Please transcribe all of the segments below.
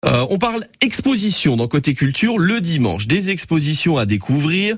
On parle exposition dans Côté Culture le dimanche. Des expositions à découvrir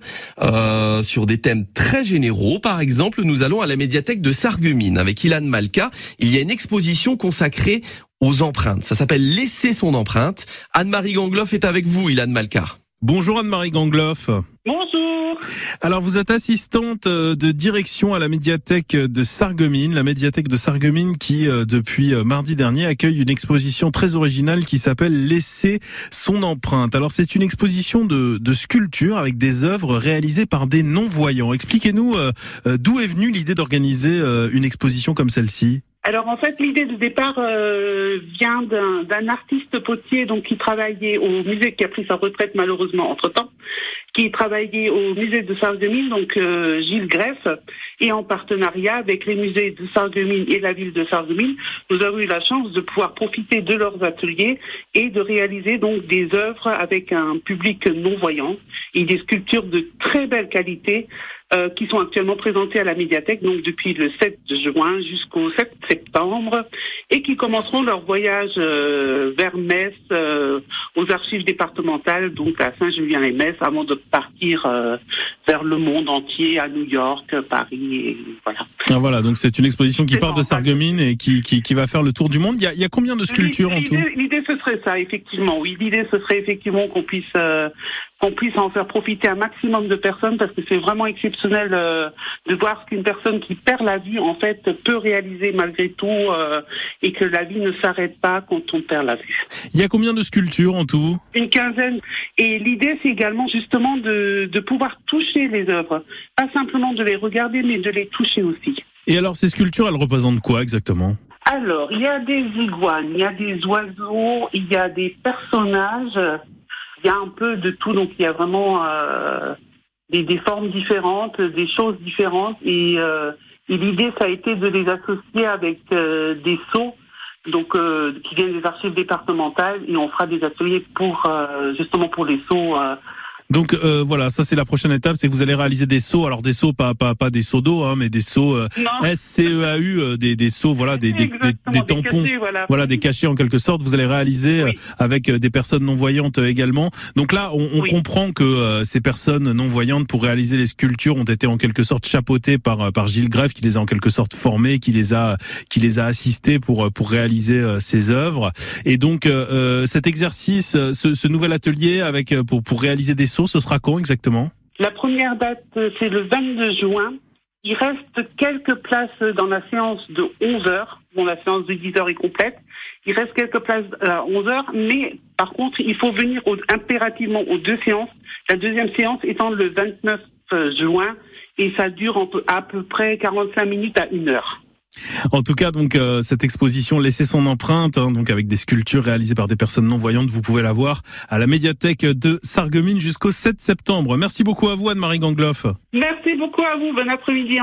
sur des thèmes très généraux. Par exemple, nous allons à la médiathèque de Sarreguemines avec Ilan Malka. Il y a une exposition consacrée aux empreintes. Ça s'appelle « Laisser son empreinte ». Anne-Marie Gangloff est avec vous, Ilan Malka. Bonjour Anne-Marie Gangloff. Bonjour. Alors vous êtes assistante de direction à la médiathèque de Sarreguemines, la médiathèque de Sarreguemines qui depuis mardi dernier accueille une exposition très originale qui s'appelle Laisser son empreinte. Alors c'est une exposition de sculptures avec des œuvres réalisées par des non-voyants. Expliquez-nous d'où est venue l'idée d'organiser une exposition comme celle-ci. Alors en fait, l'idée de départ vient d'un artiste potier donc qui travaillait au musée, qui a pris sa retraite malheureusement entre-temps, qui travaillait au musée de Sarreguemines, donc Gilles Greff, et en partenariat avec les musées de Sarreguemines et la ville de Sarreguemines, nous avons eu la chance de pouvoir profiter de leurs ateliers et de réaliser donc des œuvres avec un public non-voyant et des sculptures de très belle qualité qui sont actuellement présentées à la médiathèque donc depuis le 7 juin jusqu'au 7 septembre et qui commenceront leur voyage vers Metz, aux archives départementales, donc à Saint-Julien-les-Metz, avant de partir vers le monde entier, à New York, Paris, et voilà. Ah voilà, donc c'est une exposition qui part de Sarreguemines et qui va faire le tour du monde. Il y a combien de sculptures en tout ? L'idée ce serait ça, effectivement. Oui, l'idée ce serait effectivement qu'on puisse en faire profiter un maximum de personnes parce que c'est vraiment exceptionnel de voir ce qu'une personne qui perd la vue en fait peut réaliser malgré tout et que la vie ne s'arrête pas quand on perd la vue. Il y a combien de sculptures en tout ? Une quinzaine. Et l'idée c'est également justement de pouvoir toucher les œuvres. Pas simplement de les regarder mais de les toucher aussi. Et alors ces sculptures, elles représentent quoi exactement ? Alors, il y a des iguanes, il y a des oiseaux, il y a des personnages, il y a un peu de tout, donc il y a vraiment des formes différentes, des choses différentes, et l'idée ça a été de les associer avec des sceaux, donc qui viennent des archives départementales, et on fera des ateliers pour justement pour les sceaux. Donc voilà, ça c'est la prochaine étape, c'est que vous allez réaliser des seaux, alors des seaux pas des seaux d'eau, mais des seaux SCEAU, des seaux, voilà, des tampons, des cachets, voilà, des cachets en quelque sorte. Vous allez réaliser avec des personnes non voyantes également. Donc là, on comprend que ces personnes non voyantes pour réaliser les sculptures ont été en quelque sorte chapeautées par Gilles Greff, qui les a en quelque sorte formées, qui les a assistés pour réaliser ces œuvres. Et donc cet exercice, ce nouvel atelier avec pour réaliser des sceaux, ce sera quand exactement ? La première date, c'est le 22 juin. Il reste quelques places dans la séance de 11h. Bon, la séance de 10h est complète. Il reste quelques places à 11h, mais par contre, il faut venir impérativement aux deux séances. La deuxième séance étant le 29 juin, et ça dure à peu près 45 minutes à 1 heure. En tout cas, donc cette exposition Laisser son empreinte, donc avec des sculptures réalisées par des personnes non voyantes, vous pouvez la voir à la médiathèque de Sarreguemines jusqu'au 7 septembre. Merci beaucoup à vous Anne-Marie Gangloff. Merci beaucoup à vous, bon après-midi.